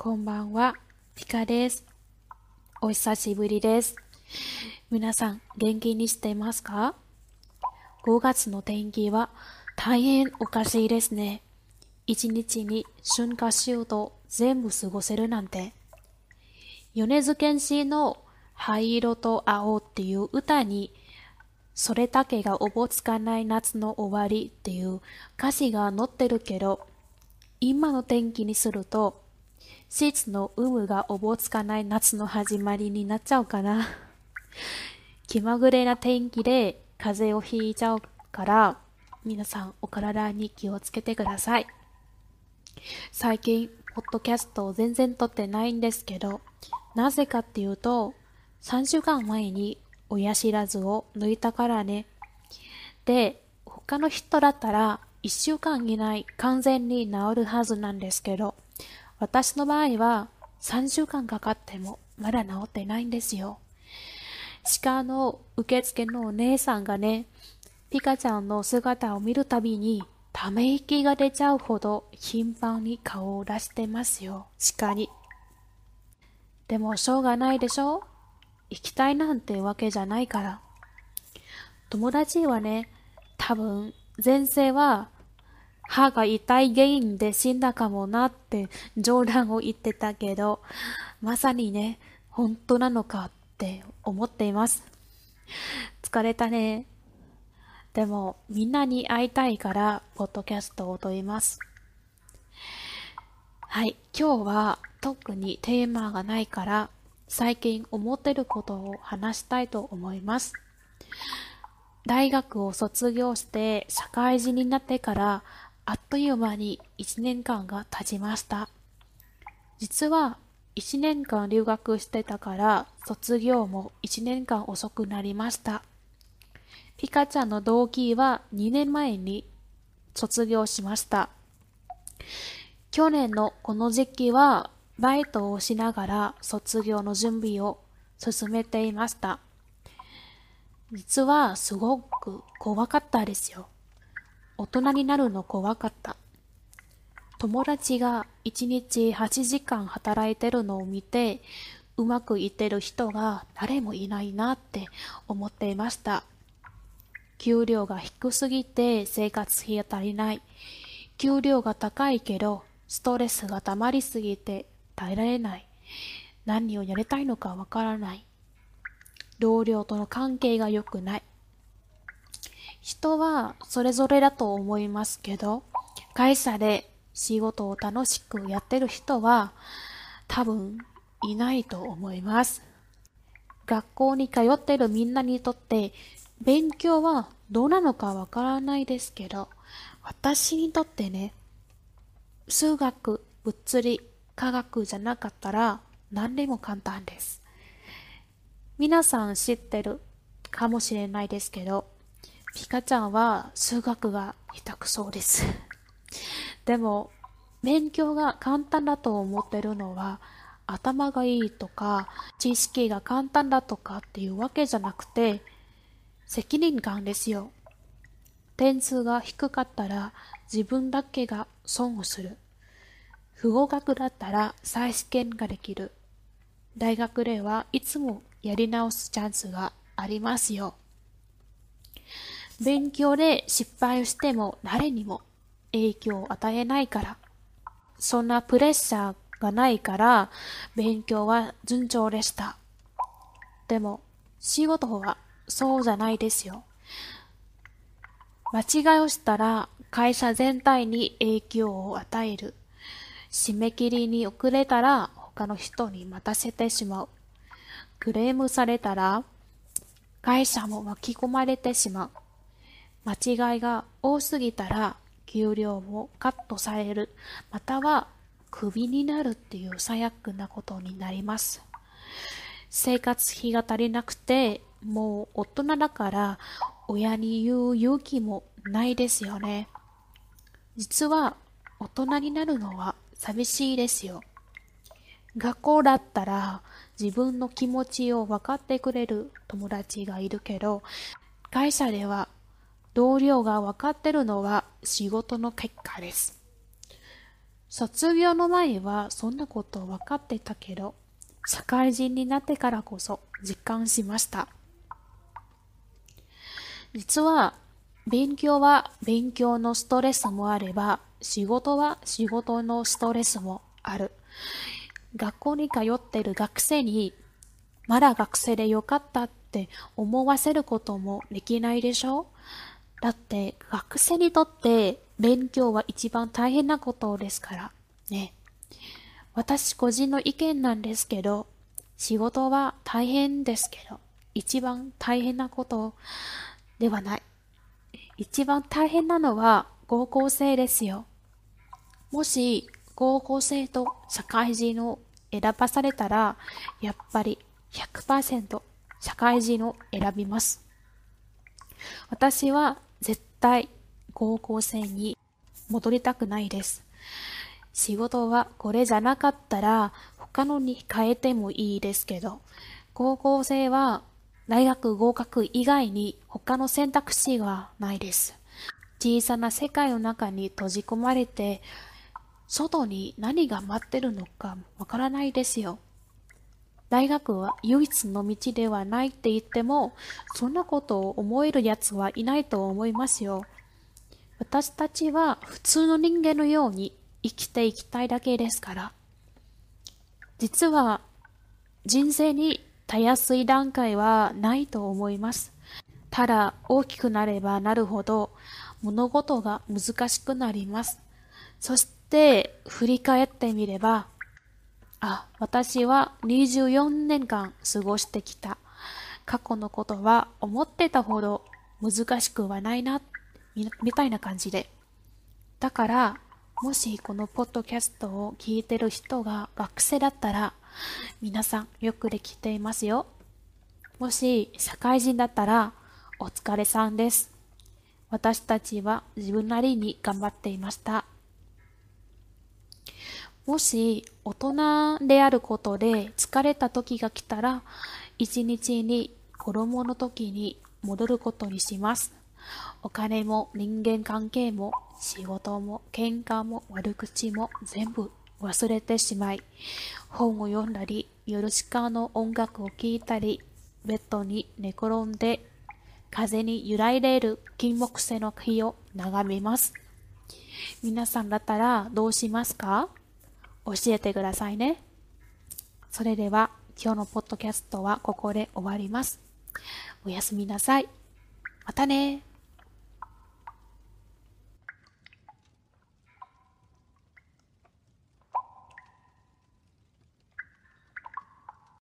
こんばんは、ピカです。お久しぶりです。皆さん、元気にしていますか？ 5 月の天気は大変おかしいですね。一日に春夏秋冬全部過ごせるなんて。米津玄師の灰色と青っていう歌に、それだけがおぼつかない夏の終わりっていう歌詞が載ってるけど、今の天気にすると、シーツの有無がおぼつかない夏の始まりになっちゃうかな。気まぐれな天気で風邪をひいちゃうから、皆さんお体に気をつけてください。最近、ポッドキャストを全然撮ってないんですけど、なぜかっていうと、3週間前に親知らずを抜いたからね。で、他の人だったら1週間以内完全に治るはずなんですけど、私の場合は3週間かかってもまだ治ってないんですよ。歯科の受付のお姉さんがね、ピカちゃんの姿を見るたびにため息が出ちゃうほど頻繁に顔を出してますよ、歯科に。でもしょうがないでしょ？行きたいなんてわけじゃないから。友達はね、多分前世は歯が痛い原因で死んだかもなって冗談を言ってたけど、まさにね、本当なのかって思っています。疲れたね。でもみんなに会いたいからポッドキャストを撮ります。はい、今日は特にテーマがないから最近思ってることを話したいと思います。大学を卒業して社会人になってからあっという間に1年間が経ちました。実は1年間留学してたから卒業も1年間遅くなりました。ピカちゃんの同期は2年前に卒業しました。去年のこの時期はバイトをしながら卒業の準備を進めていました。実はすごく怖かったですよ。大人になるの怖かった。友達が1日8時間働いてるのを見て、うまくいってる人が誰もいないなって思っていました。給料が低すぎて生活費が足りない。給料が高いけど、ストレスが溜まりすぎて耐えられない。何をやりたいのかわからない。同僚との関係が良くない。人はそれぞれだと思いますけど、会社で仕事を楽しくやってる人は多分いないと思います。学校に通ってるみんなにとって勉強はどうなのかわからないですけど、私にとってね、数学、物理、科学じゃなかったら何でも簡単です。皆さん知ってるかもしれないですけど、ピカちゃんは数学が下手くそです。でも、勉強が簡単だと思ってるのは、頭がいいとか、知識が簡単だとかっていうわけじゃなくて、責任感ですよ。点数が低かったら自分だけが損をする。不合格だったら再試験ができる。大学ではいつもやり直すチャンスがありますよ。勉強で失敗をしても誰にも影響を与えないから。そんなプレッシャーがないから勉強は順調でした。でも仕事はそうじゃないですよ。間違いをしたら会社全体に影響を与える。締め切りに遅れたら他の人に待たせてしまう。クレームされたら会社も巻き込まれてしまう。間違いが多すぎたら給料もカットされる。またはクビになるっていう最悪なことになります。生活費が足りなくてもう大人だから親に言う勇気もないですよね。実は大人になるのは寂しいですよ。学校だったら自分の気持ちを分かってくれる友達がいるけど、会社では同僚が分かってるのは仕事の結果です。 卒業の前はそんなこと分かってたけど、社会人になってからこそ実感しました。実は、勉強は勉強のストレスもあれば、仕事は仕事のストレスもある。学校に通っている学生に、まだ学生でよかったって思わせることもできないでしょ。だって学生にとって勉強は一番大変なことですからね。私個人の意見なんですけど、仕事は大変ですけど、一番大変なことではない。一番大変なのは高校生ですよ。もし高校生と社会人を選ばされたら、やっぱり100% 社会人を選びます。私は絶対高校生に戻りたくないです。仕事はこれじゃなかったら他のに変えてもいいですけど、高校生は大学合格以外に他の選択肢はないです。小さな世界の中に閉じ込まれて、外に何が待ってるのかわからないですよ。大学は唯一の道ではないって言っても、そんなことを思える奴はいないと思いますよ。私たちは普通の人間のように生きていきたいだけですから。実は人生にたやすい段階はないと思います。ただ大きくなればなるほど物事が難しくなります。そして振り返ってみれば、私は24年間過ごしてきた。過去のことは思ってたほど難しくはないな、みたいな感じで。だから、もしこのポッドキャストを聞いてる人が学生だったら、皆さんよくできていますよ。もし社会人だったら、お疲れさんです。私たちは自分なりに頑張っていました。もし大人であることで疲れた時が来たら、一日に子供の時に戻ることにします。お金も人間関係も仕事も喧嘩も悪口も全部忘れてしまい、本を読んだり、ヨルシカの音楽を聴いたり、ベッドに寝転んで風に揺らいでいる金木犀の木を眺めます。皆さんだったらどうしますか？教えてくださいね。それでは今日のポッドキャストはここで終わります。おやすみなさい。またね。